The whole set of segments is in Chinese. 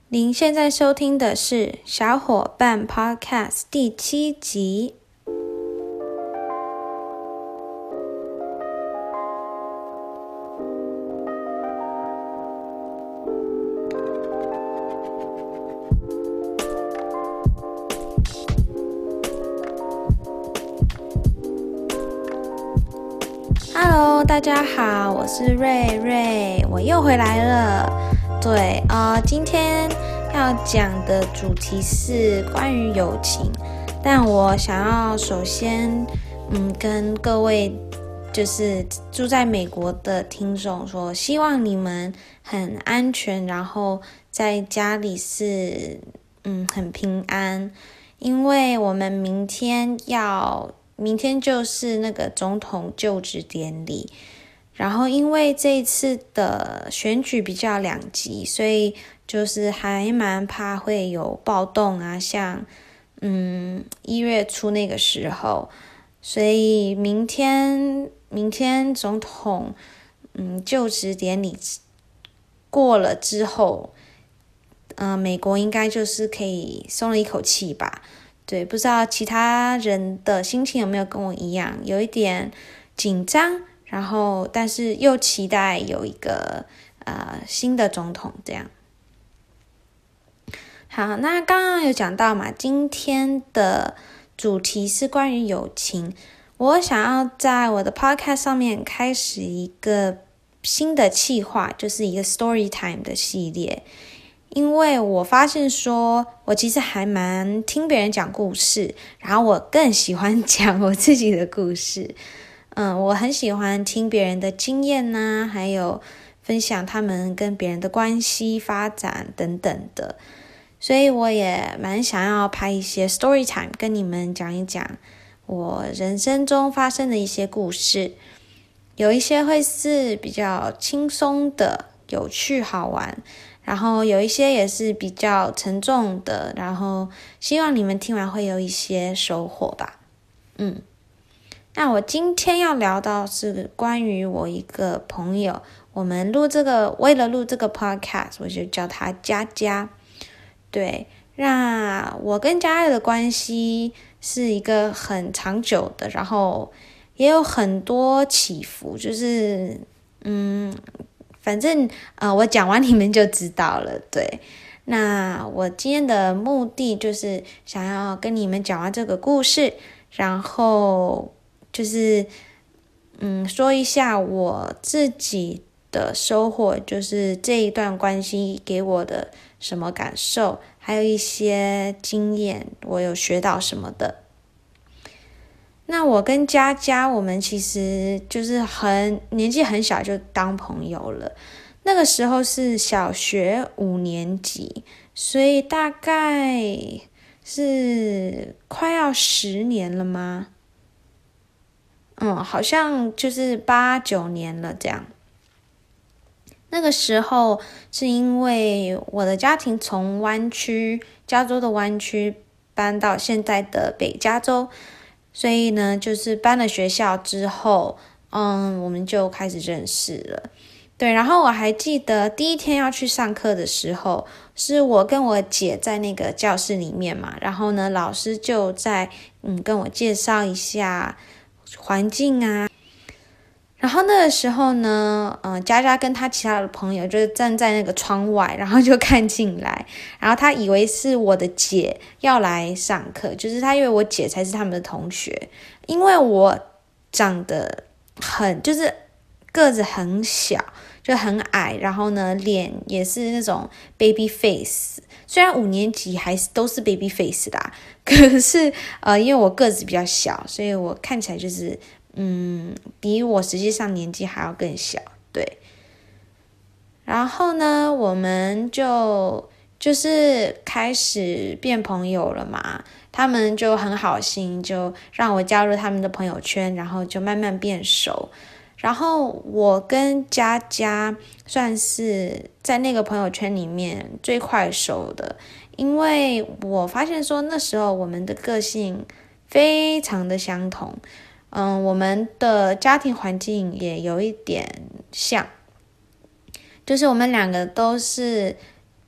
您现在收听的是小伙伴 Podcast 第7集。Hello， 大家好，我是瑞，我又回来了。对，今天要讲的主题是关于友情，但我想要首先，跟各位就是住在美国的听众说，希望你们很安全，然后在家里是很平安，因为我们明天就是那个总统就职典礼。然后因为这一次的选举比较两极，所以就是还蛮怕会有暴动啊，像1月初那个时候，所以明天总统就职典礼过了之后，美国应该就是可以松了一口气吧。对，不知道其他人的心情有没有跟我一样，有一点紧张。然后，但是又期待有一个新的总统这样。好，那刚刚有讲到嘛，今天的主题是关于友情。我想要在我的 podcast 上面开始一个新的企划，就是一个 story time 的系列。因为我发现说，我其实还蛮听别人讲故事，然后我更喜欢讲我自己的故事。我很喜欢听别人的经验啊，还有分享他们跟别人的关系发展等等的，所以我也蛮想要拍一些 story time， 跟你们讲一讲我人生中发生的一些故事，有一些会是比较轻松的、有趣好玩，然后有一些也是比较沉重的，然后希望你们听完会有一些收获吧。那我今天要聊到是关于我一个朋友，我们为了录这个 podcast， 我就叫他佳佳。对，那我跟佳佳的关系是一个很长久的，然后也有很多起伏，就是反正我讲完你们就知道了。对，那我今天的目的就是想要跟你们讲完这个故事，然后就是说一下我自己的收获，就是这一段关系给我的什么感受，还有一些经验，我有学到什么的。那我跟佳佳，我们其实就是年纪很小就当朋友了，那个时候是小学5年级，所以大概是快要10年了吗？好像就是8、9年了这样。那个时候是因为我的家庭从加州的湾区搬到现在的北加州，所以呢，就是搬了学校之后，我们就开始认识了。对，然后我还记得第一天要去上课的时候，是我跟我姐在那个教室里面嘛，然后呢，老师就在跟我介绍一下环境啊，然后那个时候呢，佳佳跟他其他的朋友就站在那个窗外，然后就看进来，然后他以为是我的姐要来上课，就是他以为我姐才是他们的同学，因为我长得就是个子很小，就很矮，然后呢，脸也是那种 baby face， 虽然5年级还是都是 baby face 啦，可是因为我个子比较小，所以我看起来就是比我实际上年纪还要更小，对。然后呢，我们就是开始变朋友了嘛，他们就很好心，就让我加入他们的朋友圈，然后就慢慢变熟。然后我跟佳佳算是在那个朋友圈里面最快熟的，因为我发现说那时候我们的个性非常的相同，我们的家庭环境也有一点像，就是我们两个都是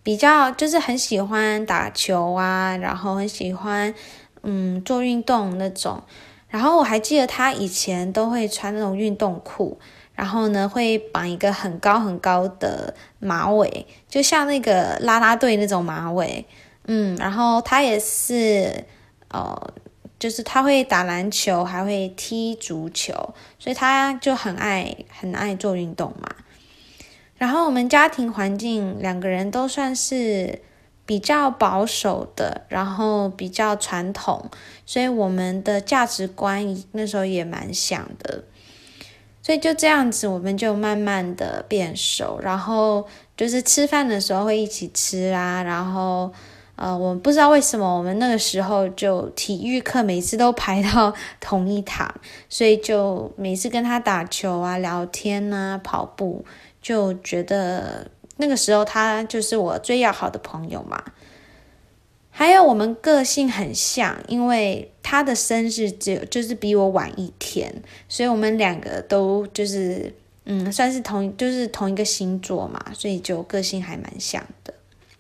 比较就是很喜欢打球啊，然后很喜欢做运动那种。然后我还记得他以前都会穿那种运动裤，然后呢会绑一个很高很高的马尾，就像那个啦啦队那种马尾。然后他也是就是他会打篮球，还会踢足球，所以他就很爱做运动嘛。然后我们家庭环境两个人都算是比较保守的，然后比较传统，所以我们的价值观那时候也蛮像的。所以就这样子我们就慢慢的变熟，然后就是吃饭的时候会一起吃啊，然后我不知道为什么我们那个时候就体育课每次都排到同一堂，所以就每次跟他打球啊、聊天啊、跑步，就觉得那个时候他就是我最要好的朋友嘛。还有我们个性很像，因为他的生日就是比我晚一天，所以我们两个都就是算是同一个星座嘛，所以就个性还蛮像的。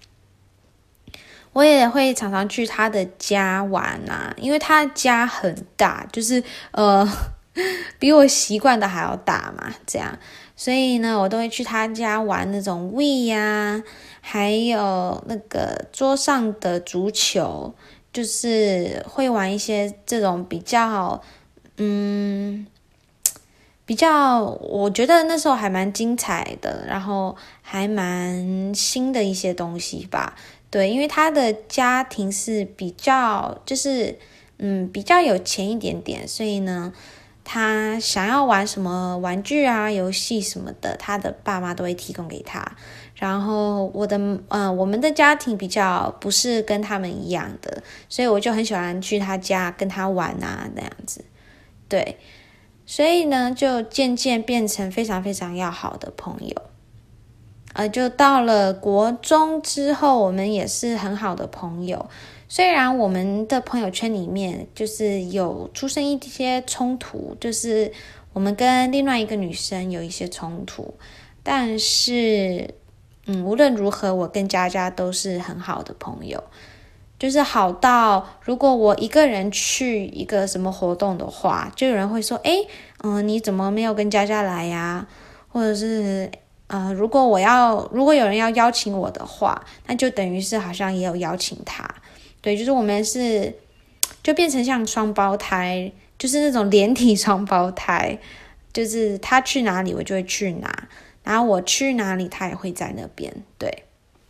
我也会常常去他的家玩啊，因为他的家很大，就是比我习惯的还要大嘛，这样，所以呢，我都会去他家玩那种 Wii 啊，还有那个桌上的足球，就是会玩一些这种比较我觉得那时候还蛮精彩的，然后还蛮新的一些东西吧。对，因为他的家庭是比较就是比较有钱一点点，所以呢他想要玩什么玩具啊、游戏什么的，他的爸妈都会提供给他。然后我们的家庭比较不是跟他们一样的，所以我就很喜欢去他家跟他玩啊那样子。对，所以呢就渐渐变成非常非常要好的朋友。就到了国中之后，我们也是很好的朋友。虽然我们的朋友圈里面就是有出现一些冲突，就是我们跟另外一个女生有一些冲突，但是无论如何，我跟佳佳都是很好的朋友，就是好到如果我一个人去一个什么活动的话，就有人会说，你怎么没有跟佳佳来呀？或者是如果有人要邀请我的话，那就等于是好像也有邀请他。对，就是我们就变成像双胞胎，就是那种连体双胞胎，就是他去哪里我就会去哪，然后我去哪里他也会在那边。对，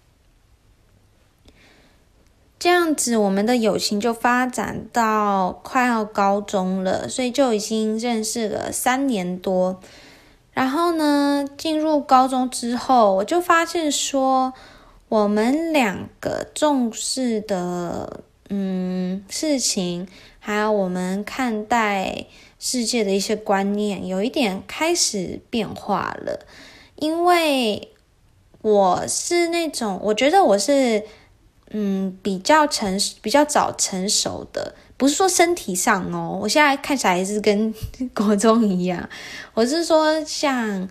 这样子我们的友情就发展到快要高中了，所以就已经认识了3年多。然后呢，进入高中之后，我就发现说，我们两个重视的事情，还有我们看待世界的一些观念，有一点开始变化了。因为我是那种，我觉得我是比较早成熟的，不是说身体上哦，我现在看起来是跟国中一样，我是说像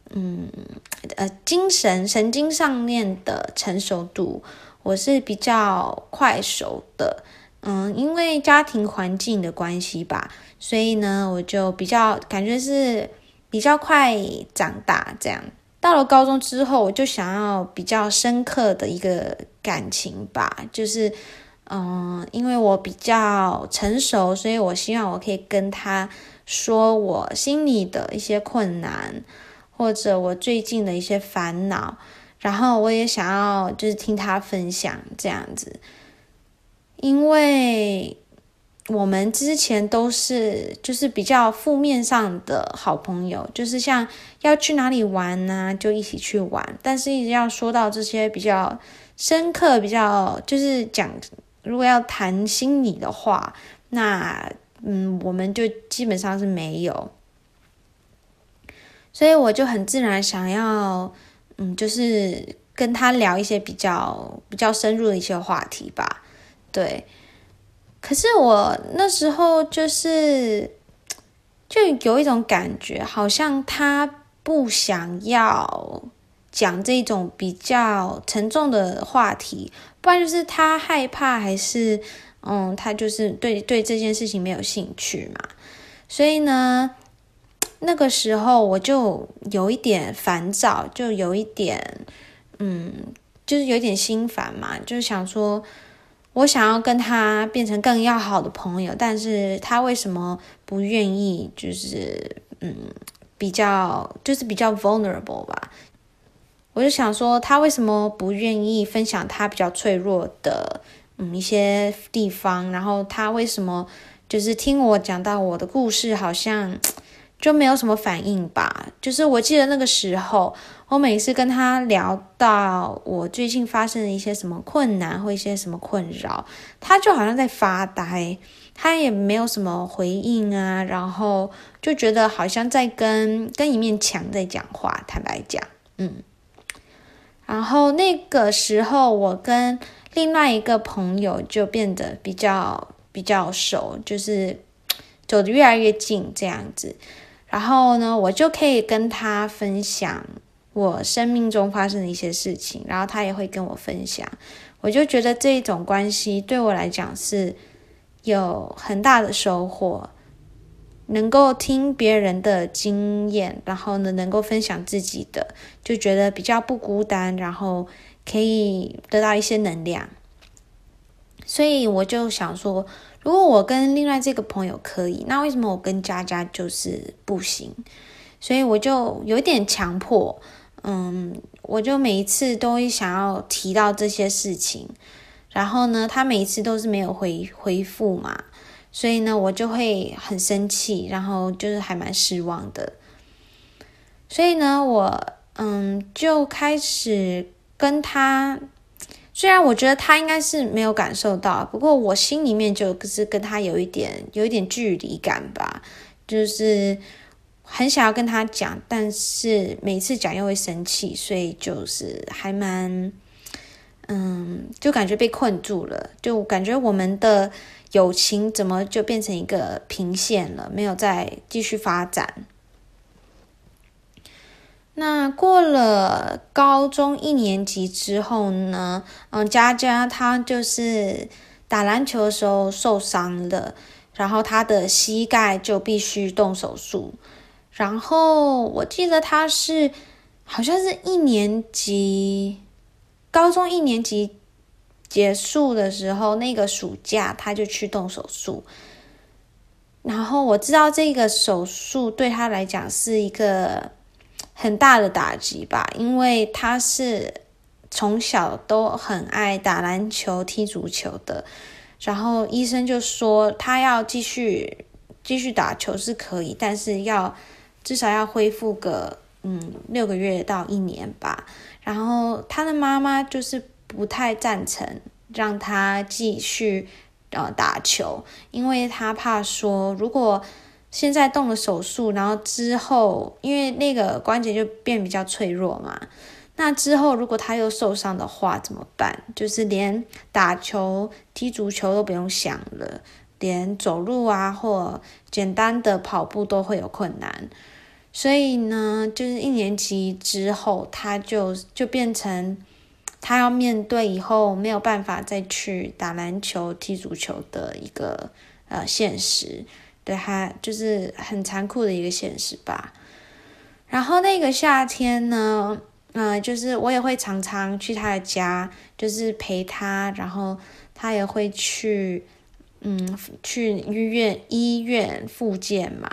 神经上面的成熟度，我是比较快熟的。因为家庭环境的关系吧，所以呢，我就比较感觉是比较快长大这样。到了高中之后，我就想要比较深刻的一个感情吧，就是因为我比较成熟，所以我希望我可以跟他说我心里的一些困难，或者我最近的一些烦恼，然后我也想要就是听他分享这样子。因为我们之前都是就是比较负面上的好朋友，就是像要去哪里玩啊，就一起去玩，但是一直要说到这些比较深刻，比较就是讲，如果要谈心理的话，那我们就基本上是没有，所以我就很自然想要就是跟他聊一些比较深入的一些话题吧。对，可是我那时候就有一种感觉，好像他不想要讲这种比较沉重的话题，不然就是他害怕，还是他就是对这件事情没有兴趣嘛。所以呢，那个时候我就有一点烦躁，就有一点就是有点心烦嘛，就是想说我想要跟他变成更要好的朋友，但是他为什么不愿意，就是比较 vulnerable 吧。我就想说他为什么不愿意分享他比较脆弱的一些地方，然后他为什么就是听我讲到我的故事好像就没有什么反应吧。就是我记得那个时候我每次跟他聊到我最近发生的一些什么困难或一些什么困扰，他就好像在发呆，他也没有什么回应啊，然后就觉得好像在跟一面墙在讲话，坦白讲。然后那个时候我跟另外一个朋友就变得比较熟，就是走得越来越近这样子。然后呢，我就可以跟他分享我生命中发生的一些事情，然后他也会跟我分享。我就觉得这一种关系对我来讲是有很大的收获，能够听别人的经验，然后呢能够分享自己的，就觉得比较不孤单，然后可以得到一些能量。所以我就想说，如果我跟另外这个朋友可以，那为什么我跟佳佳就是不行？所以我就有一点强迫，我就每一次都会想要提到这些事情，然后呢他每一次都是没有回复嘛，所以呢我就会很生气，然后就是还蛮失望的。所以呢我就开始跟他，虽然我觉得他应该是没有感受到，不过我心里面就是跟他有一点距离感吧，就是很想要跟他讲，但是每次讲又会生气，所以就是还蛮就感觉被困住了，就感觉我们的友情怎么就变成一个平线了，没有再继续发展。那过了高中1年级之后呢，佳佳她就是打篮球的时候受伤了，然后她的膝盖就必须动手术。然后我记得她好像是高中1年级结束的时候，那个暑假她就去动手术。然后我知道这个手术对她来讲是一个很大的打击吧，因为他是从小都很爱打篮球、踢足球的，然后医生就说他要继续打球是可以，但是至少要恢复个6个月到1年吧。然后他的妈妈就是不太赞成让他继续打球，因为他怕说如果现在动了手术，然后之后因为那个关节就变比较脆弱嘛，那之后如果他又受伤的话怎么办？就是连打球、踢足球都不用想了，连走路啊或简单的跑步都会有困难。所以呢，就是1年级之后，他就变成他要面对以后没有办法再去打篮球、踢足球的一个现实。对，他就是很残酷的一个现实吧。然后那个夏天呢，就是我也会常常去他的家，就是陪他，然后他也会去医院复健嘛。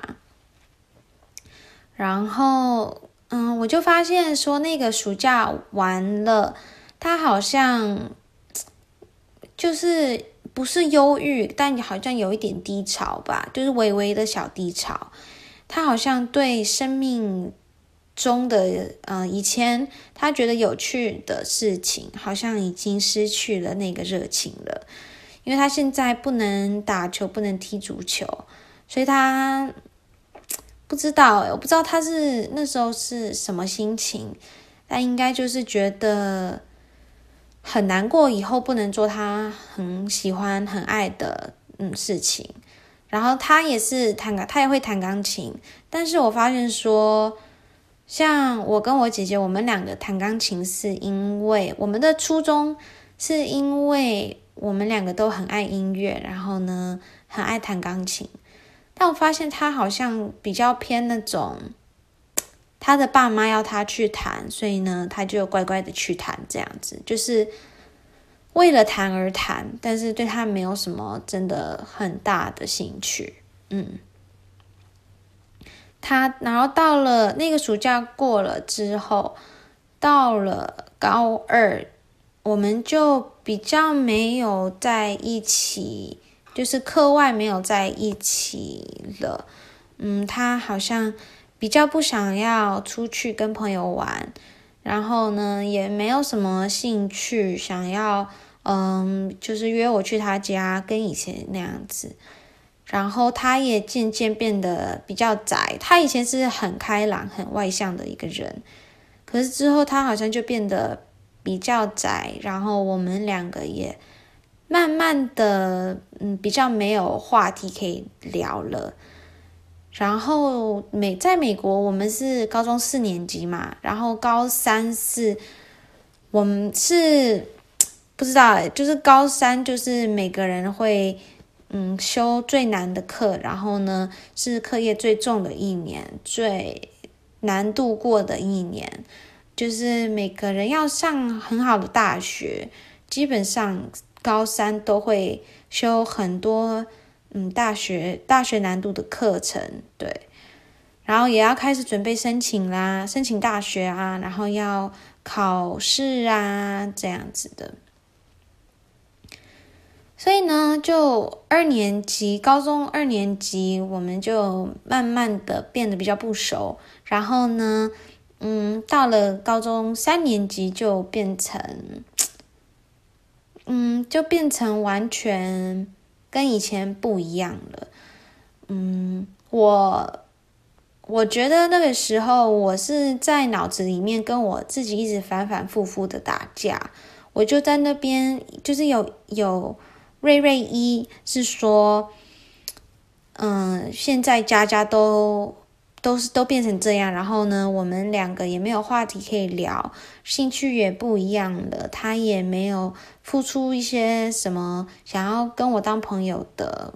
然后我就发现说那个暑假完了，他好像就是不是忧郁，但好像有一点低潮吧，就是微微的小低潮。他好像对生命中的以前他觉得有趣的事情，好像已经失去了那个热情了。因为他现在不能打球，不能踢足球，所以他我不知道他是那时候是什么心情，但应该就是觉得很难过，以后不能做他很喜欢很爱的事情。然后他也会弹钢琴，但是我发现说像我跟我姐姐，我们两个弹钢琴是因为我们的初衷是因为我们两个都很爱音乐，然后呢很爱弹钢琴。但我发现她好像比较偏那种，她的爸妈要她去弹，所以呢她就乖乖的去弹，这样子就是为了弹而弹，但是对她没有什么真的很大的兴趣。然后到了那个暑假过了之后，到了高二，我们就比较没有在一起，就是课外没有在一起了。他好像比较不想要出去跟朋友玩，然后呢，也没有什么兴趣想要，就是约我去他家，跟以前那样子。然后他也渐渐变得比较宅，他以前是很开朗、很外向的一个人，可是之后他好像就变得比较宅，然后我们两个也慢慢的，比较没有话题可以聊了。然后在美国，我们是高中4年级嘛，然后高3是我们是不知道就是高3就是每个人会修最难的课，然后呢是课业最重的一年，最难度过的一年，就是每个人要上很好的大学，基本上高3都会修很多大学难度的课程，对，然后也要开始准备申请啦，申请大学啊，然后要考试啊，这样子的。所以呢，就高中2年级，我们就慢慢的变得比较不熟。然后呢，到了高中3年级就变成完全跟以前不一样了。我觉得那个时候我是在脑子里面跟我自己一直反反复复的打架。我就在那边，就是有瑞一是说，现在家家都变成这样，然后呢，我们两个也没有话题可以聊，兴趣也不一样了，他也没有付出一些什么想要跟我当朋友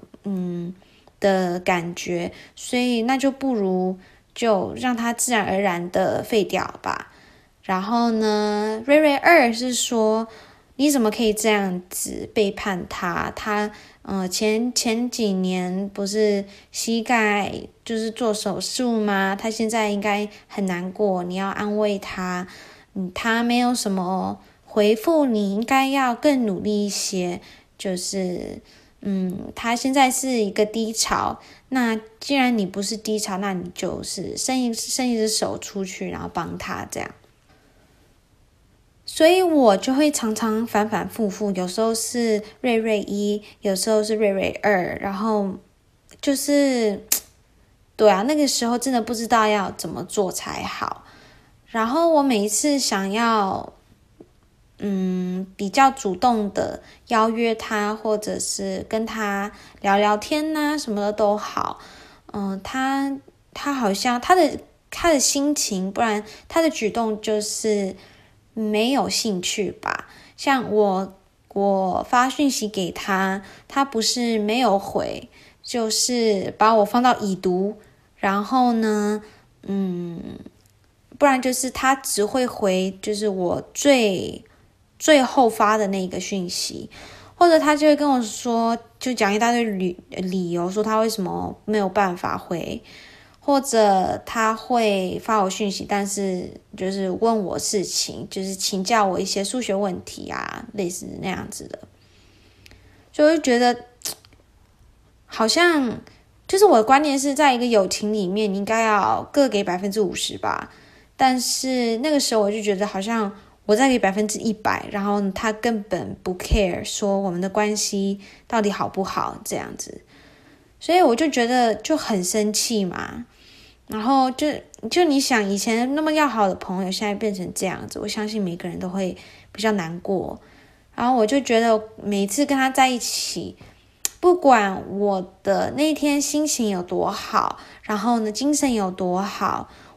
的感觉，所以那就不如就让他自然而然的废掉吧。然后呢，瑞2是说，你怎么可以这样子背叛他？他前几年不是膝盖就是做手术吗？他现在应该很难过，你要安慰他。他没有什么回复，你应该要更努力一些。就是他现在是一个低潮，那既然你不是低潮，那你就是伸一只手出去，然后帮他这样。所以我就会常常反反复复，有时候是瑞一，有时候是瑞2，然后就是对啊，那个时候真的不知道要怎么做才好。然后我每一次想要比较主动的邀约他，或者是跟他聊聊天啊什么的都好，他好像他的心情，不然他的举动就是没有兴趣吧。像我发讯息给他，他不是没有回，就是把我放到已读，然后呢不然就是他只会回就是我最后发的那个讯息，或者他就会跟我说，就讲一大堆理由，说他为什么没有办法回，或者他会发我讯息，但是就是问我事情，就是请教我一些数学问题啊，类似那样子的，就会觉得好像就是我的观念是在一个友情里面，你应该要各给50%吧，但是那个时候我就觉得好像我在给100%，然后他根本不 care 说我们的关系到底好不好这样子，所以我就觉得就很生气嘛。然后就你想以前那么要好的朋友，现在变成这样子，我相信每个人都会比较难过。然后我就觉得每次跟他在一起，不管我的那天心情有多好，然后呢精神有多好，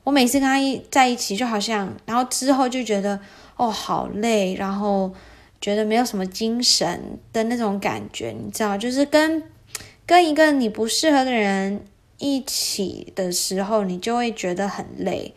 我每次跟他在一起就好像，然后之后就觉得好累，然后觉得没有什么精神的那种感觉，你知道，就是跟一个你不适合的人一起的时候，你就会觉得很累。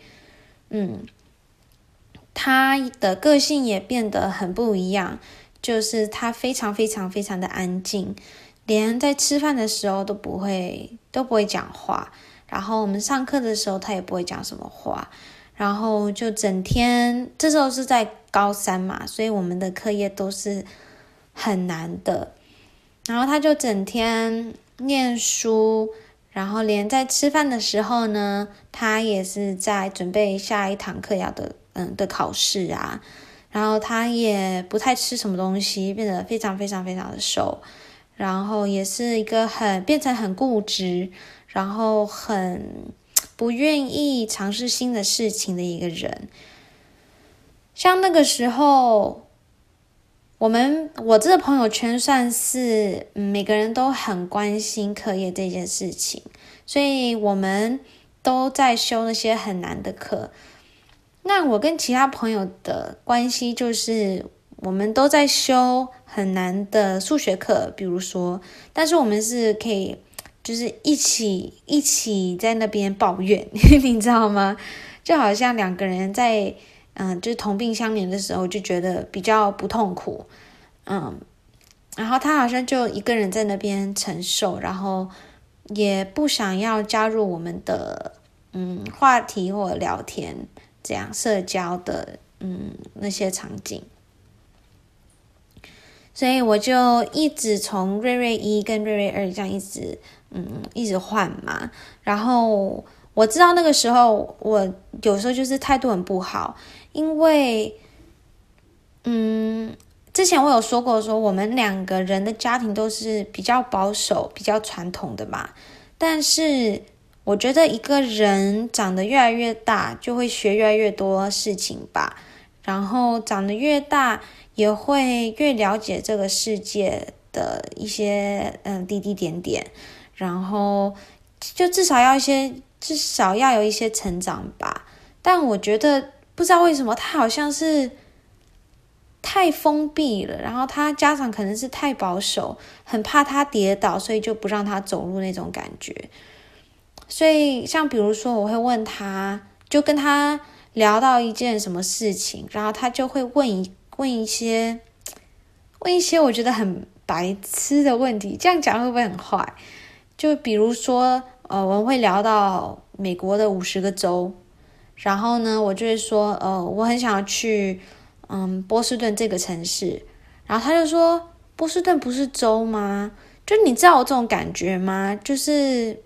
他的个性也变得很不一样，就是他非常非常非常的安静，连在吃饭的时候都不会讲话，然后我们上课的时候他也不会讲什么话，然后就整天，这时候是在高3嘛，所以我们的课业都是很难的，然后他就整天念书，然后连在吃饭的时候呢，他也是在准备下一堂课要的考试啊，然后他也不太吃什么东西，变得非常非常非常的瘦，然后也是一个变成很固执，然后很不愿意尝试新的事情的一个人。像那个时候我这个朋友圈算是每个人都很关心课业这件事情，所以我们都在修那些很难的课。那我跟其他朋友的关系就是我们都在修很难的数学课，比如说，但是我们是可以就是一起在那边抱怨你知道吗？就好像两个人在就是同病相怜的时候就觉得比较不痛苦，然后他好像就一个人在那边承受，然后也不想要加入我们的话题或聊天这样社交的那些场景，所以我就一直从瑞瑞1跟瑞瑞2这样一直换嘛，然后我知道那个时候我有时候就是态度很不好，因为之前我有说过说我们两个人的家庭都是比较保守比较传统的嘛，但是我觉得一个人长得越来越大就会学越来越多事情吧，然后长得越大也会越了解这个世界的一些滴滴点点，然后就至少要有一些成长吧。但我觉得不知道为什么他好像是太封闭了，然后他家长可能是太保守，很怕他跌倒，所以就不让他走路那种感觉。所以像比如说我会问他，就跟他聊到一件什么事情，然后他就会问一些我觉得很白痴的问题，这样讲会不会很坏？就比如说我们会聊到美国的50个州，然后呢我就会说我很想要去波士顿这个城市，然后他就说波士顿不是州吗？就你知道我这种感觉吗？就是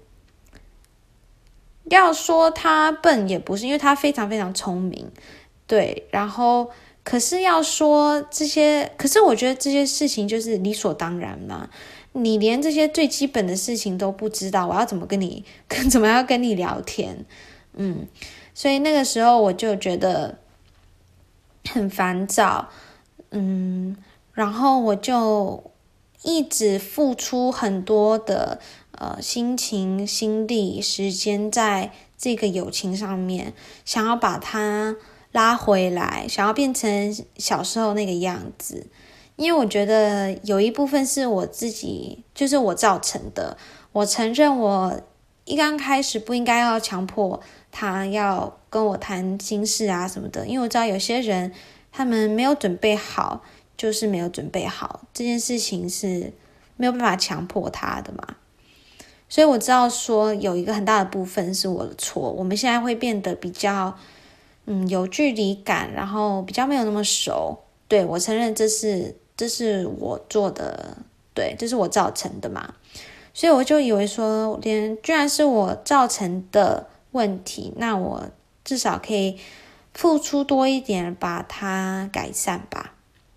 要说他笨也不是，因为他非常非常聪明，对，然后可是要说这些，可是我觉得这些事情就是理所当然嘛，你连这些最基本的事情都不知道，我要怎么要跟你聊天？所以那个时候我就觉得很烦躁，然后我就一直付出很多的心情、心力、时间在这个友情上面，想要把它拉回来，想要变成小时候那个样子。因为我觉得有一部分是我自己，就是我造成的。我承认我一刚开始不应该要强迫他要跟我谈心事啊什么的，因为我知道有些人他们没有准备好，就是没有准备好，这件事情是没有办法强迫他的嘛。所以我知道说有一个很大的部分是我的错，我们现在会变得比较有距离感，然后比较没有那么熟。对，我承认这是我做的，对，这是我造成的嘛。所以我就以为说居然是我造成的问题，那我至少可以付出多一点把它改善吧。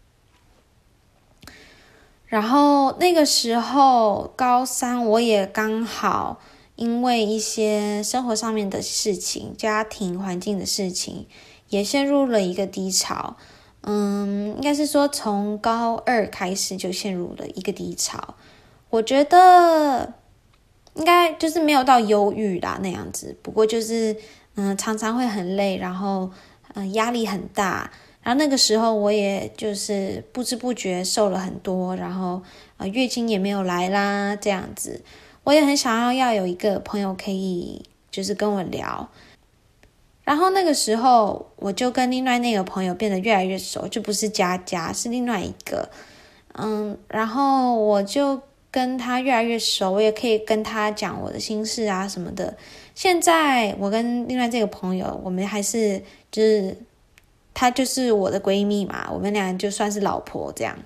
然后那个时候高3我也刚好因为一些生活上面的事情，家庭环境的事情，也陷入了一个低潮。应该是说从高2开始就陷入了一个低潮。我觉得应该就是没有到忧郁啦那样子，不过就是常常会很累，然后压力很大。然后那个时候我也就是不知不觉瘦了很多，然后月经也没有来啦，这样子。我也很想要有一个朋友可以就是跟我聊。然后那个时候我就跟另外那个朋友变得越来越熟，就不是佳佳，是另外一个。然后我就跟他越来越熟，我也可以跟他讲我的心事啊什么的。现在我跟另外这个朋友，我们还是就是她就是我的闺蜜嘛，我们俩就算是老婆这样。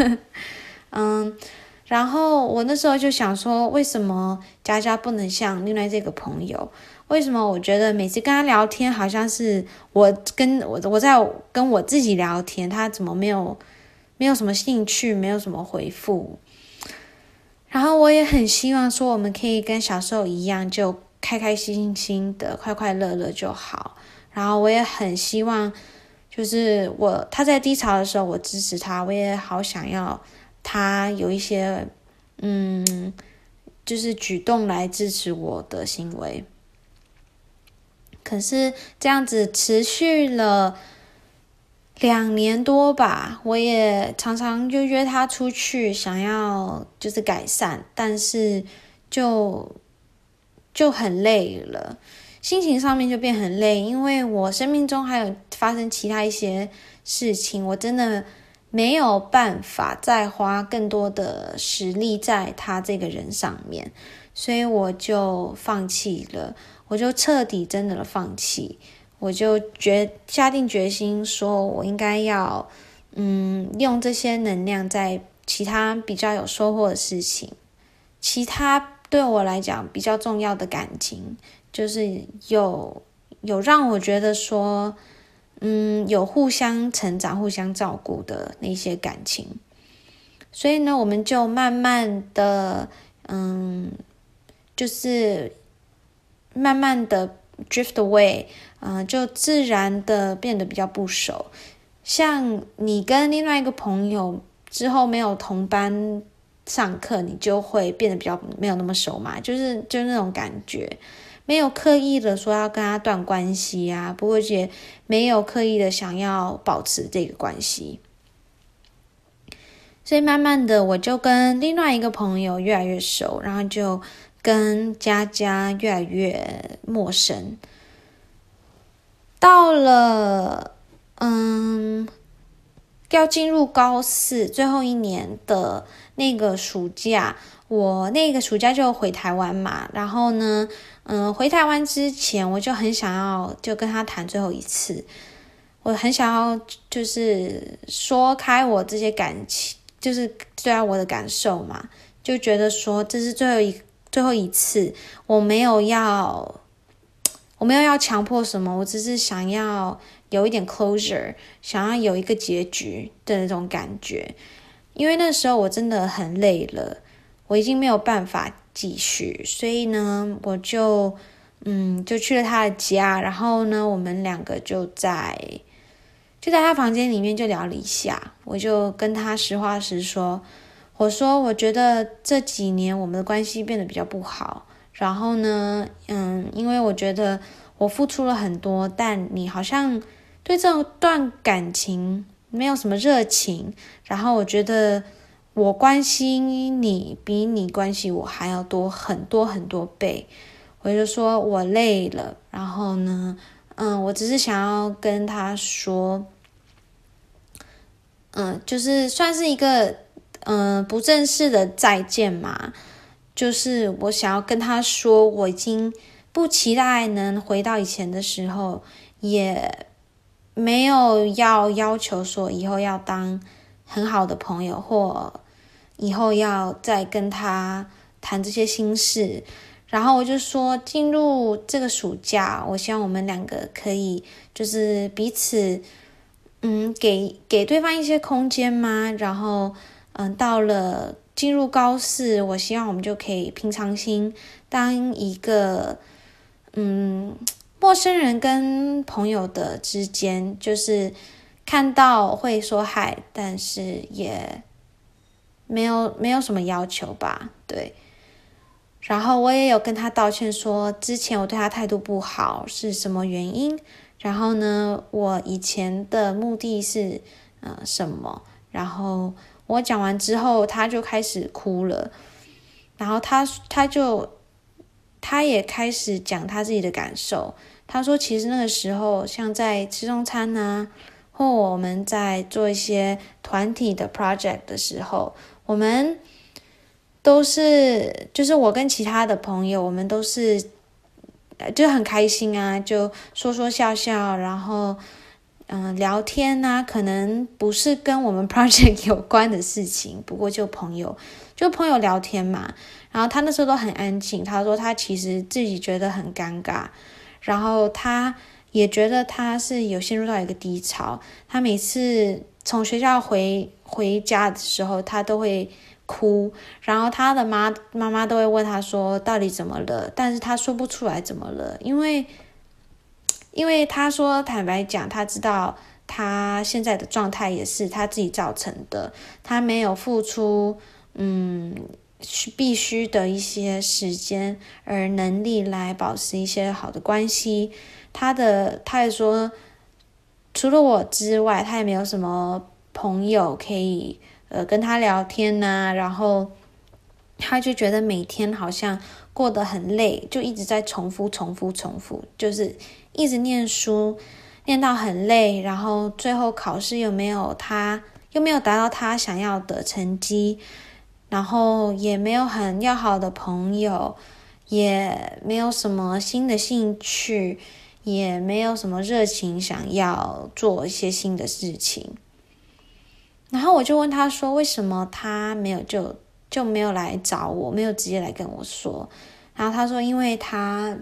然后我那时候就想说，为什么佳佳不能像另外这个朋友？为什么我觉得每次跟她聊天，好像是我在跟我自己聊天，她怎么没有什么兴趣，没有什么回复？然后我也很希望说，我们可以跟小时候一样，就开开心心的、快快乐乐就好。然后我也很希望，就是他在低潮的时候，我支持他，我也好想要他有一些就是举动来支持我的行为。可是这样子持续了2年多吧，我也常常就约他出去，想要就是改善，但是就很累了，心情上面就变很累，因为我生命中还有发生其他一些事情，我真的没有办法再花更多的实力在他这个人上面，所以我就放弃了，我就彻底真的放弃，我就下定决心说我应该要用这些能量在其他比较有收获的事情，其他对我来讲比较重要的感情，就是有让我觉得说有互相成长、互相照顾的那些感情。所以呢，我们就慢慢的就是慢慢的 drift away，就自然的变得比较不熟。像你跟另外一个朋友之后没有同班上课，你就会变得比较没有那么熟嘛，就是那种感觉，没有刻意的说要跟他断关系啊，不过也没有刻意的想要保持这个关系。所以慢慢的我就跟另外一个朋友越来越熟，然后就跟佳佳越来越陌生。到了要进入高4最后一年的那个暑假，我那个暑假就回台湾嘛，然后呢回台湾之前我就很想要就跟他谈最后一次，我很想要就是说开我这些感情，就是对我的感受嘛，就觉得说这是最后一次，我没有要强迫什么，我只是想要有一点 closure， 想要有一个结局的那种感觉。因为那时候我真的很累了，我已经没有办法继续，所以呢，我就去了他的家，然后呢，我们两个就在他房间里面就聊了一下，我就跟他实话实说，我说我觉得这几年我们的关系变得比较不好，然后呢因为我觉得我付出了很多，但你好像对这段感情没有什么热情，然后我觉得我关心你比你关心我还要多很多很多倍，我就说我累了，然后呢我只是想要跟他说就是算是一个不正式的再见嘛，就是我想要跟他说我已经不期待能回到以前的时候，也没有要求说以后要当很好的朋友，或以后要再跟他谈这些心事。然后我就说进入这个暑假，我希望我们两个可以就是彼此给对方一些空间嘛，然后到了进入高4，我希望我们就可以平常心当一个陌生人跟朋友的之间，就是看到会说嗨，但是也没有什么要求吧，对。 然后我也有跟他道歉说，之前我对他态度不好是什么原因，然后呢，我以前的目的是什么，然后我讲完之后，他就开始哭了，然后他也开始讲他自己的感受，他说其实那个时候像在吃中餐啊，或我们在做一些团体的 project 的时候，我们都是，就是我跟其他的朋友，我们都是就很开心啊，就说说笑笑，然后聊天啊，可能不是跟我们 project 有关的事情，不过就朋友聊天嘛。然后他那时候都很安静，他说他其实自己觉得很尴尬，然后他也觉得他是有陷入到一个低潮，他每次从学校回家的时候，他都会哭，然后他的妈妈都会问他说到底怎么了，但是他说不出来怎么了，因为他说坦白讲，他知道他现在的状态也是他自己造成的，他没有付出必须的一些时间而能力来保持一些好的关系，他也说除了我之外，他也没有什么朋友可以跟他聊天啊，然后他就觉得每天好像过得很累，就一直在重复，就是一直念书，念到很累，然后最后考试又没有达到他想要的成绩，然后也没有很要好的朋友，也没有什么新的兴趣，也没有什么热情想要做一些新的事情。然后我就问他说为什么他没有就没有来找我，没有直接来跟我说。然后他说因为他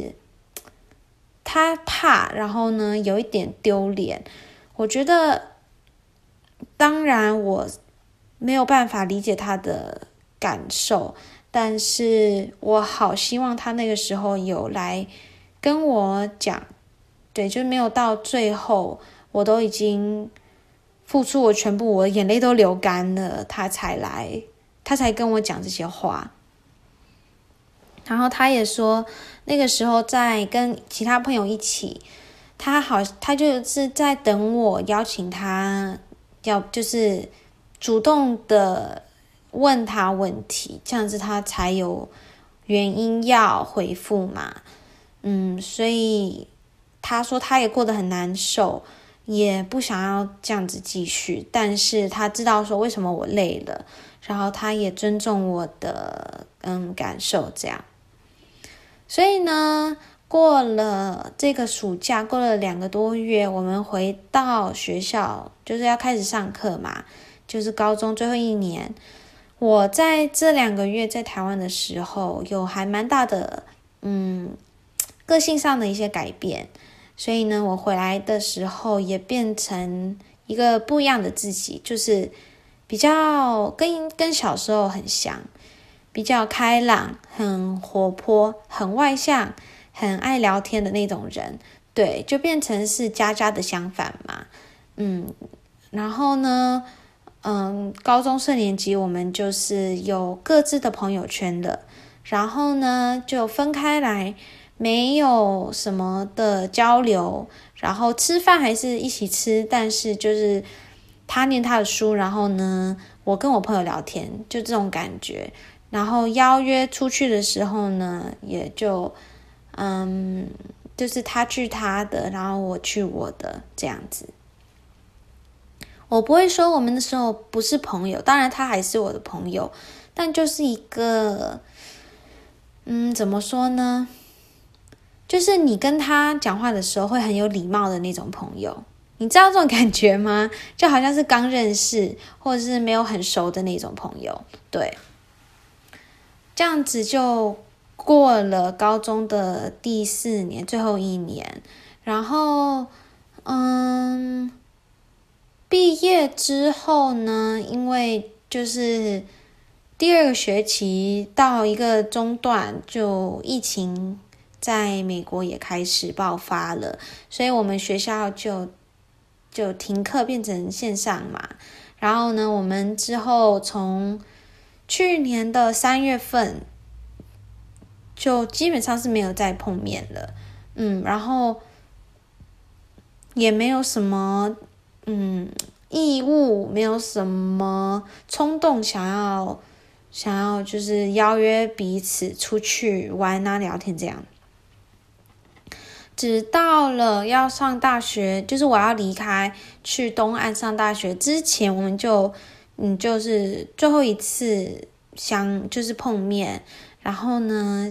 怕，然后呢有一点丢脸。我觉得当然我没有办法理解他的感受，但是我好希望他那个时候有来跟我讲，对，就没有到最后我都已经付出我全部，我的眼泪都流干了，他才跟我讲这些话。然后他也说那个时候在跟其他朋友一起，他就是在等我邀请他，就是主动的问他问题，这样子他才有原因要回复嘛。所以他说他也过得很难受，也不想要这样子继续，但是他知道说为什么我累了，然后他也尊重我的感受这样。所以呢，过了这个暑假，过了2个多月，我们回到学校，就是要开始上课嘛，就是高中最后一年。我在这2个月在台湾的时候，有还蛮大的个性上的一些改变，所以呢，我回来的时候也变成一个不一样的自己，就是比较跟小时候很像，比较开朗，很活泼，很外向，很爱聊天的那种人。对，就变成是佳佳的相反嘛。然后呢高中4年级我们就是有各自的朋友圈了，然后呢就分开来，没有什么的交流，然后吃饭还是一起吃，但是就是他念他的书，然后呢我跟我朋友聊天，就这种感觉。然后邀约出去的时候呢，也就就是他去他的，然后我去我的，这样子。我不会说我们那时候不是朋友，当然他还是我的朋友，但就是一个怎么说呢，就是你跟他讲话的时候会很有礼貌的那种朋友，你知道这种感觉吗？就好像是刚认识或者是没有很熟的那种朋友。对，这样子就过了高中的第4年，最后一年。然后毕业之后呢，因为就是第2个学期到一个中段，就疫情在美国也开始爆发了，所以我们学校就停课变成线上嘛。然后呢，我们之后从去年的3月份就基本上是没有再碰面了。然后也没有什么义务，没有什么冲动想要就是邀约彼此出去玩啊聊天这样。直到了要上大学，就是我要离开去东岸上大学之前，我们就是最后一次就是碰面。然后呢，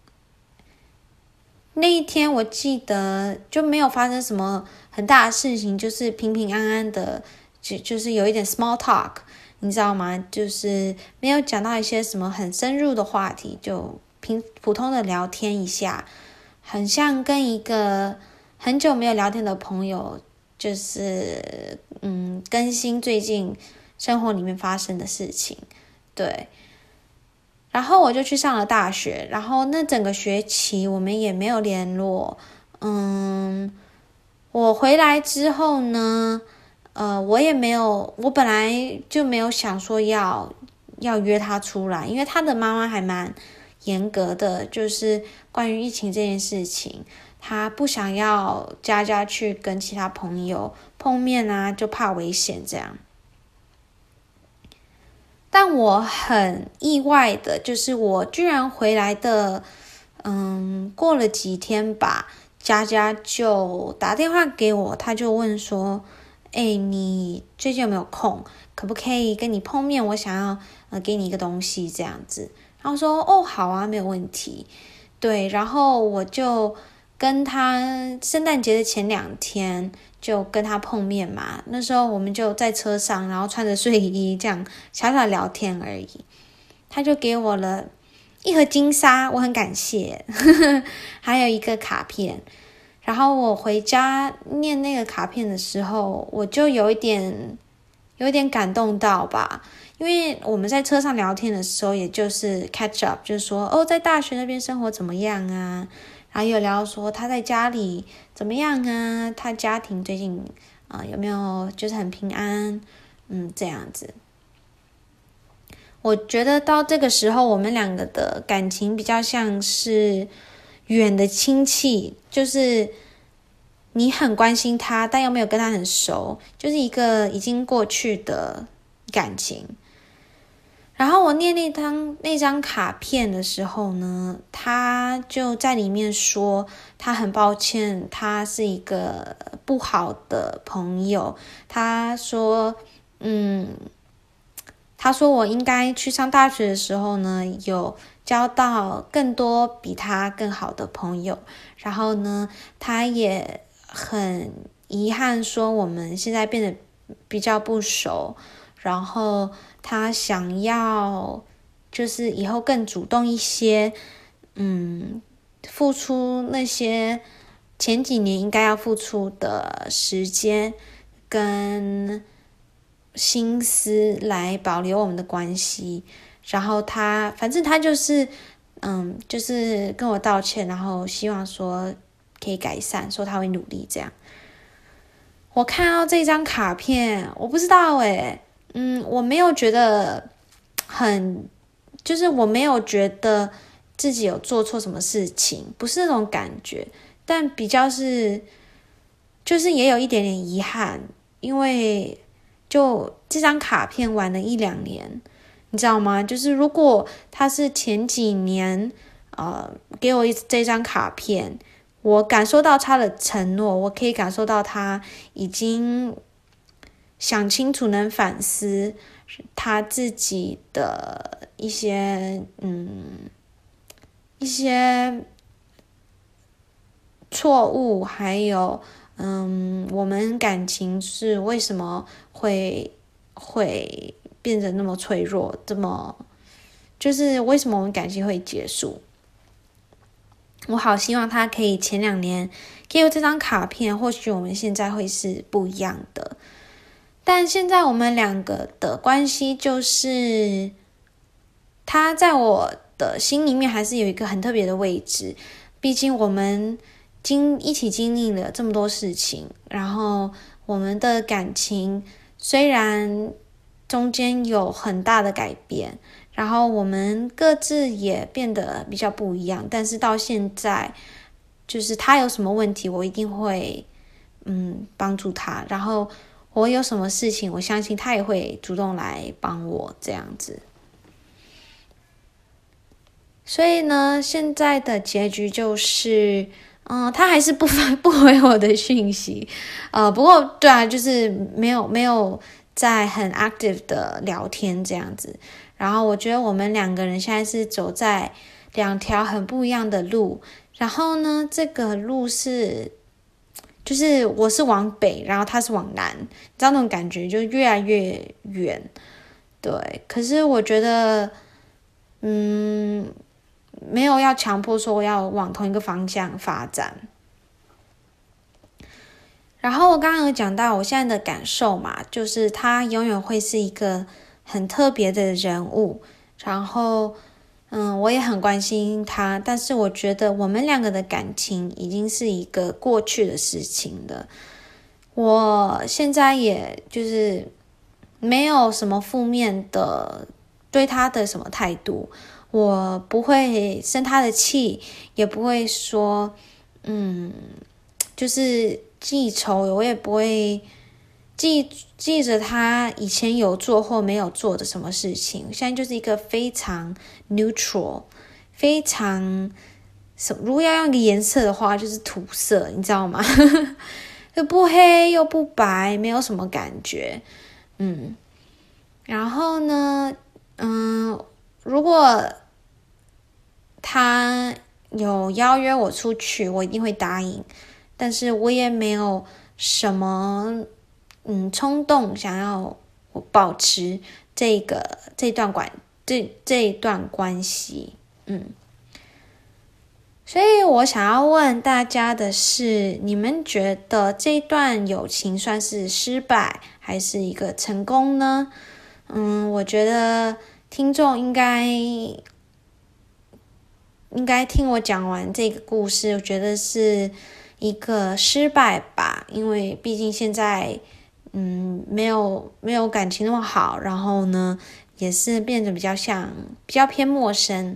那一天我记得就没有发生什么很大的事情，就是平平安安的，就是有一点 small talk， 你知道吗？就是没有讲到一些什么很深入的话题，就普通的聊天一下。很像跟一个很久没有聊天的朋友，就是更新最近生活里面发生的事情，对。然后我就去上了大学，然后那整个学期我们也没有联络。我回来之后呢，我本来就没有想说要约他出来，因为他的妈妈还蛮严格的，就是关于疫情这件事情，他不想要佳佳去跟其他朋友碰面啊，就怕危险这样。但我很意外的，就是我居然回来的，过了几天吧，佳佳就打电话给我，他就问说，你最近有没有空？可不可以跟你碰面？我想要给你一个东西这样子。然后说好啊，没有问题。对，然后我就跟他圣诞节的前2天就跟他碰面嘛。那时候我们就在车上，然后穿着睡衣这样小小聊天而已。他就给我了一盒金沙，我很感谢，还有一个卡片。然后我回家念那个卡片的时候，我就有一点感动到吧。因为我们在车上聊天的时候，也就是 catch up， 就是说在大学那边生活怎么样啊，然后有聊说他在家里怎么样啊，他家庭最近有没有就是很平安，这样子。我觉得到这个时候，我们两个的感情比较像是远的亲戚，就是你很关心他，但又没有跟他很熟，就是一个已经过去的感情。然后我念那张卡片的时候呢，他就在里面说他很抱歉，他是一个不好的朋友。他说我应该去上大学的时候呢，有交到更多比他更好的朋友。然后呢，他也很遗憾说我们现在变得比较不熟。然后他想要就是以后更主动一些，付出那些前几年应该要付出的时间跟心思来保留我们的关系。然后反正他就是就是跟我道歉，然后希望说可以改善，说他会努力这样。我看到这张卡片，我不知道我没有觉得就是我没有觉得自己有做错什么事情，不是那种感觉，但比较就是也有一点点遗憾，因为就这张卡片玩了1-2年，你知道吗？就是如果他是前几年给我这张卡片，我感受到他的承诺，我可以感受到他已经想清楚，能反思他自己的一些错误，还有我们感情是为什么会变得那么脆弱，就是为什么我们感情会结束。我好希望他可以前2年给我这张卡片，或许我们现在会是不一样的。但现在我们两个的关系就是他在我的心里面还是有一个很特别的位置，毕竟我们一起经历了这么多事情，然后我们的感情虽然中间有很大的改变， 然后我们各自也变得比较不一样，但是到现在就是他有什么问题我一定会帮助他，然后我有什么事情我相信他也会主动来帮我这样子。所以呢，现在的结局就是他还是不回我的讯息，不过对啊，就是没有在很 active 的聊天这样子。然后我觉得我们两个人现在是走在两条很不一样的路，然后呢，这个路就是我是往北，然后他是往南，你知道那种感觉就越来越远。对，可是我觉得没有要强迫说要往同一个方向发展。然后我刚刚有讲到我现在的感受嘛，就是他永远会是一个很特别的人物，然后我也很关心他，但是我觉得我们两个的感情已经是一个过去的事情了。我现在也就是没有什么负面的对他的什么态度，我不会生他的气，也不会说就是记仇，我也不会记着他以前有做或没有做的什么事情。现在就是一个非常 neutral， 非常如果要用一个颜色的话就是土色，你知道吗？又不黑又不白，没有什么感觉。然后呢如果他有邀约我出去，我一定会答应，但是我也没有什么冲动想要我保持这段关系。所以我想要问大家的是，你们觉得这段友情算是失败还是一个成功呢？我觉得听众应该听我讲完这个故事，我觉得是一个失败吧，因为毕竟现在没有感情那么好，然后呢也是变得比较偏陌生。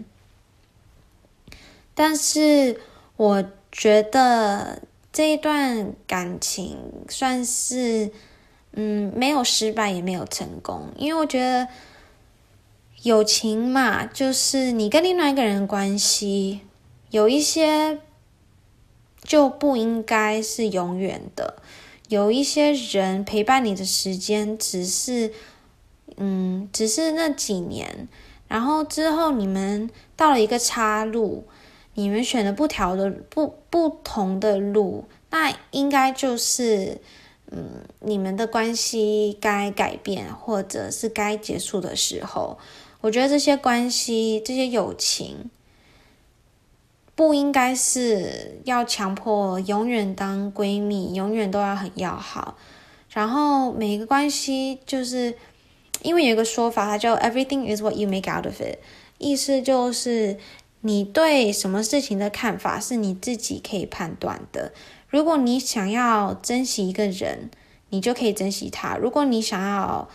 但是我觉得这一段感情算是没有失败也没有成功，因为我觉得友情嘛，就是你跟另外一个人的关系，有一些就不应该是永远的，有一些人陪伴你的时间只是那几年，然后之后你们到了一个岔路，你们选了不同的路，那应该就是你们的关系该改变或者是该结束的时候。我觉得这些关系这些友情不应该是要强迫永远当闺蜜，永远都要很要好。然后每一个关系就是因为有一个说法，它叫 everything is what you make out of it， 意思就是你对什么事情的看法是你自己可以判断的。如果你想要珍惜一个人，你就可以珍惜他。如果你想要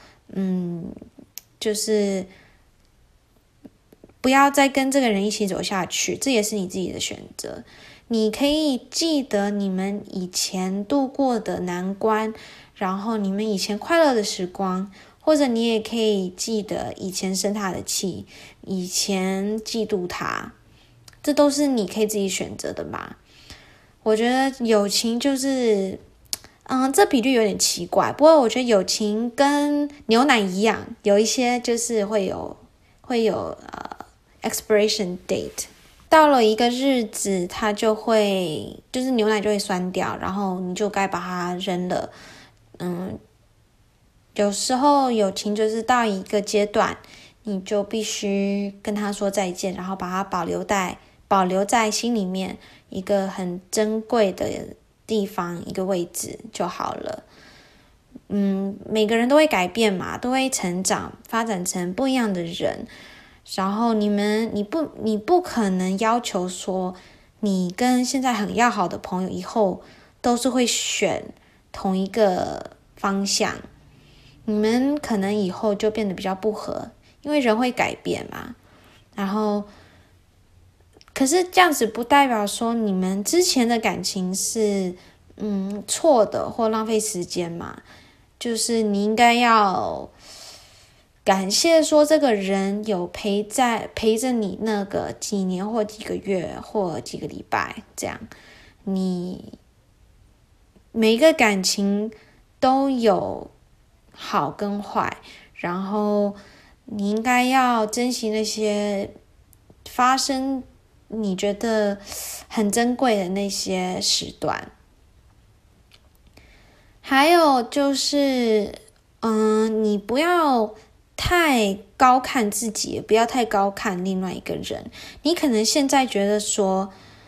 就是不要再跟这个人一起走下去，这也是你自己的选择。你可以记得你们以前度过的难关，然后你们以前快乐的时光，或者你也可以记得以前生他的气，以前嫉妒他，这都是你可以自己选择的嘛。我觉得友情就是这比喻有点奇怪，不过我觉得友情跟牛奶一样，有一些就是会有expiration date， 到了一个日子它就会就是牛奶就会酸掉，然后你就该把它扔了。有时候友情就是到一个阶段，你就必须跟他说再见，然后把它保留在心里面一个很珍贵的地方，一个位置就好了。每个人都会改变嘛，都会成长，发展成不一样的人。然后你不可能要求说你跟现在很要好的朋友以后都是会选同一个方向，你们可能以后就变得比较不合， 因为人会改变嘛。然后可是这样子不代表说你们之前的感情是错的或浪费时间嘛，就是你应该要感谢说这个人有陪着你那个几年或几个月或几个礼拜，这样你每一个感情都有好跟坏，然后你应该要珍惜那些发生你觉得很珍贵的那些时段。还有就是你不要太高看自己，也不要太高看另外一个人。你可能现在觉得说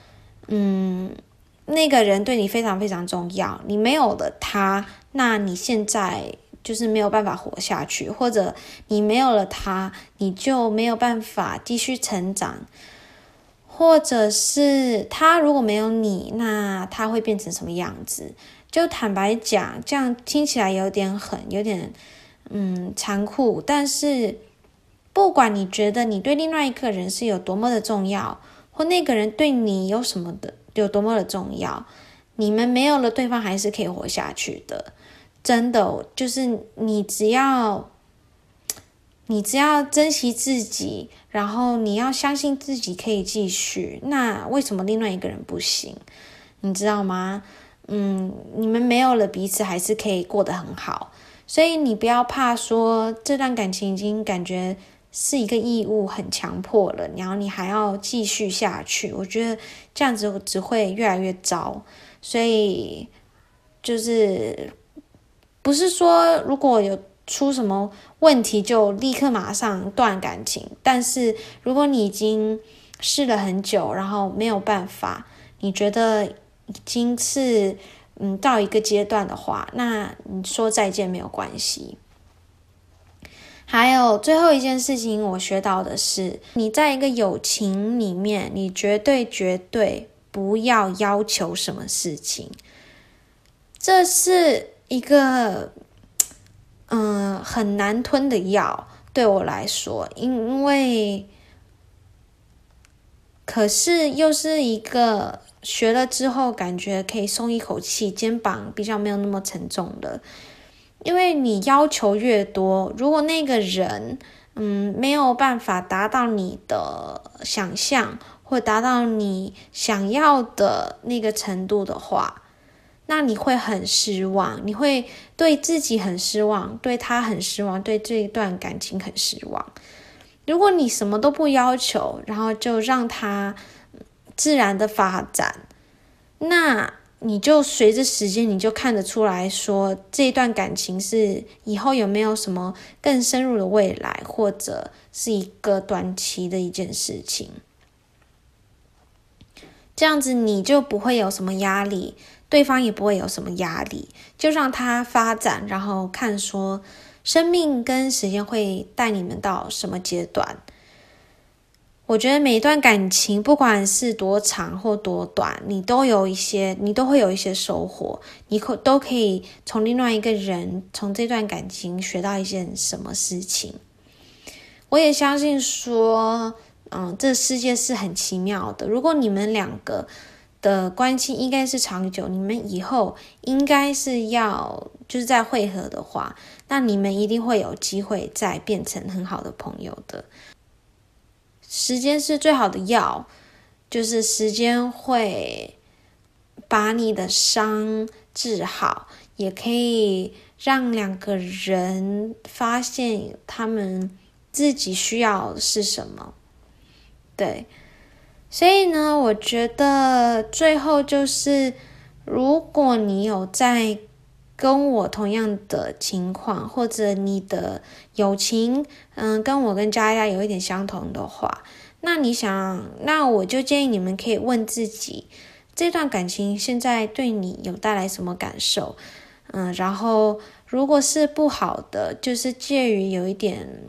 那个人对你非常非常重要，你没有了他，那你现在就是没有办法活下去，或者你没有了他，你就没有办法继续成长，或者是他如果没有你，那他会变成什么样子。就坦白讲，这样听起来有点狠，有点残酷，但是不管你觉得你对另外一个人是有多么的重要，或那个人对你有多么的重要，你们没有了对方还是可以活下去的。真的，就是你只要珍惜自己，然后你要相信自己可以继续，那为什么另外一个人不行？你知道吗？你们没有了彼此还是可以过得很好，所以你不要怕说这段感情已经感觉是一个义务，很强迫了，然后你还要继续下去，我觉得这样子只会越来越糟。所以就是不是说如果有出什么问题就立刻马上断感情，但是如果你已经试了很久，然后没有办法，你觉得已经是到一个阶段的话，那你说再见没有关系。还有最后一件事情我学到的是，你在一个友情里面，你绝对不要要求什么事情。这是一个很难吞的药，对我来说，因为可是又是一个学了之后感觉可以松一口气，肩膀比较没有那么沉重的。因为你要求越多，如果那个人没有办法达到你的想象，或达到你想要的那个程度的话，那你会很失望，你会对自己很失望，对他很失望，对这一段感情很失望。如果你什么都不要求，然后就让它自然的发展，那你就随着时间你就看得出来说这段感情是以后有没有什么更深入的未来，或者是一个短期的一件事情。这样子你就不会有什么压力，对方也不会有什么压力，就让它发展，然后看说生命跟时间会带你们到什么阶段。我觉得每一段感情不管是多长或多短，你都会有一些收获，你都可以从另外一个人，从这段感情学到一件什么事情。我也相信说这世界是很奇妙的，如果你们两个的关系应该是长久，你们以后应该是要就是再会合的话，那你们一定会有机会再变成很好的朋友的。时间是最好的药，就是时间会把你的伤治好，也可以让两个人发现他们自己需要的是什么。对，所以呢，我觉得最后就是，如果你有在跟我同样的情况，或者你的友情跟我跟佳佳有一点相同的话，那我就建议你们可以问自己，这段感情现在对你有带来什么感受？然后如果是不好的，就是介于有一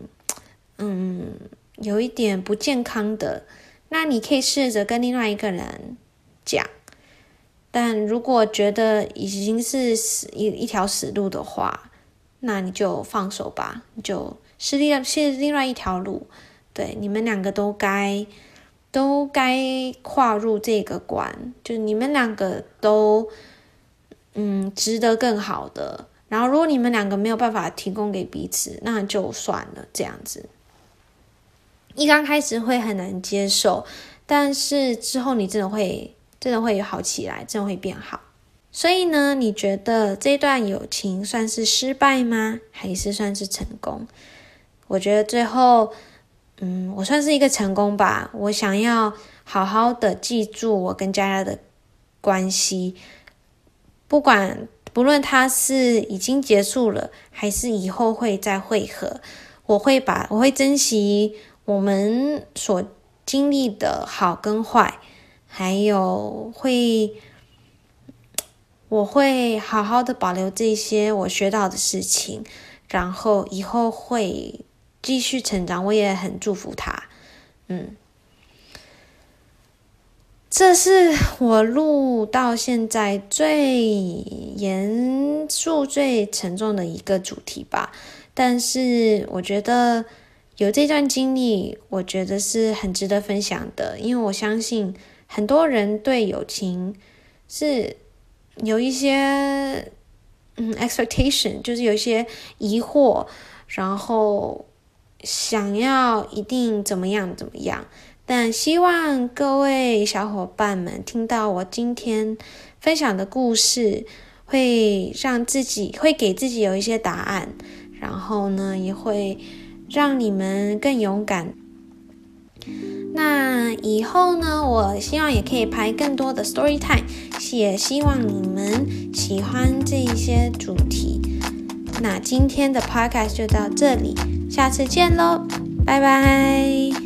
点不健康的，那你可以试着跟另外一个人讲。但如果觉得已经是一条死路的话，那你就放手吧，你就是另外一条路，对，你们两个都该跨入这个关，就是你们两个都值得更好的。然后如果你们两个没有办法提供给彼此，那就算了，这样子。一刚开始会很难接受，但是之后你真的会好起来，真的会变好。所以呢，你觉得这段友情算是失败吗？还是算是成功？我觉得最后我算是一个成功吧。我想要好好的记住我跟佳佳的关系，不论它是已经结束了，还是以后会再汇合，我会珍惜我们所经历的好跟坏，还有我会好好的保留这些我学到的事情，然后以后会继续成长，我也很祝福他。这是我录到现在最严肃、最沉重的一个主题吧。但是我觉得有这段经历，我觉得是很值得分享的，因为我相信很多人对友情是有一些expectation， 就是有一些疑惑，然后想要一定怎么样。但希望各位小伙伴们听到我今天分享的故事，会给自己有一些答案，然后呢，也会让你们更勇敢。那以后呢，我希望也可以拍更多的 story time， 也希望你们喜欢这一些主题。那今天的 podcast 就到这里，下次见咯，拜拜。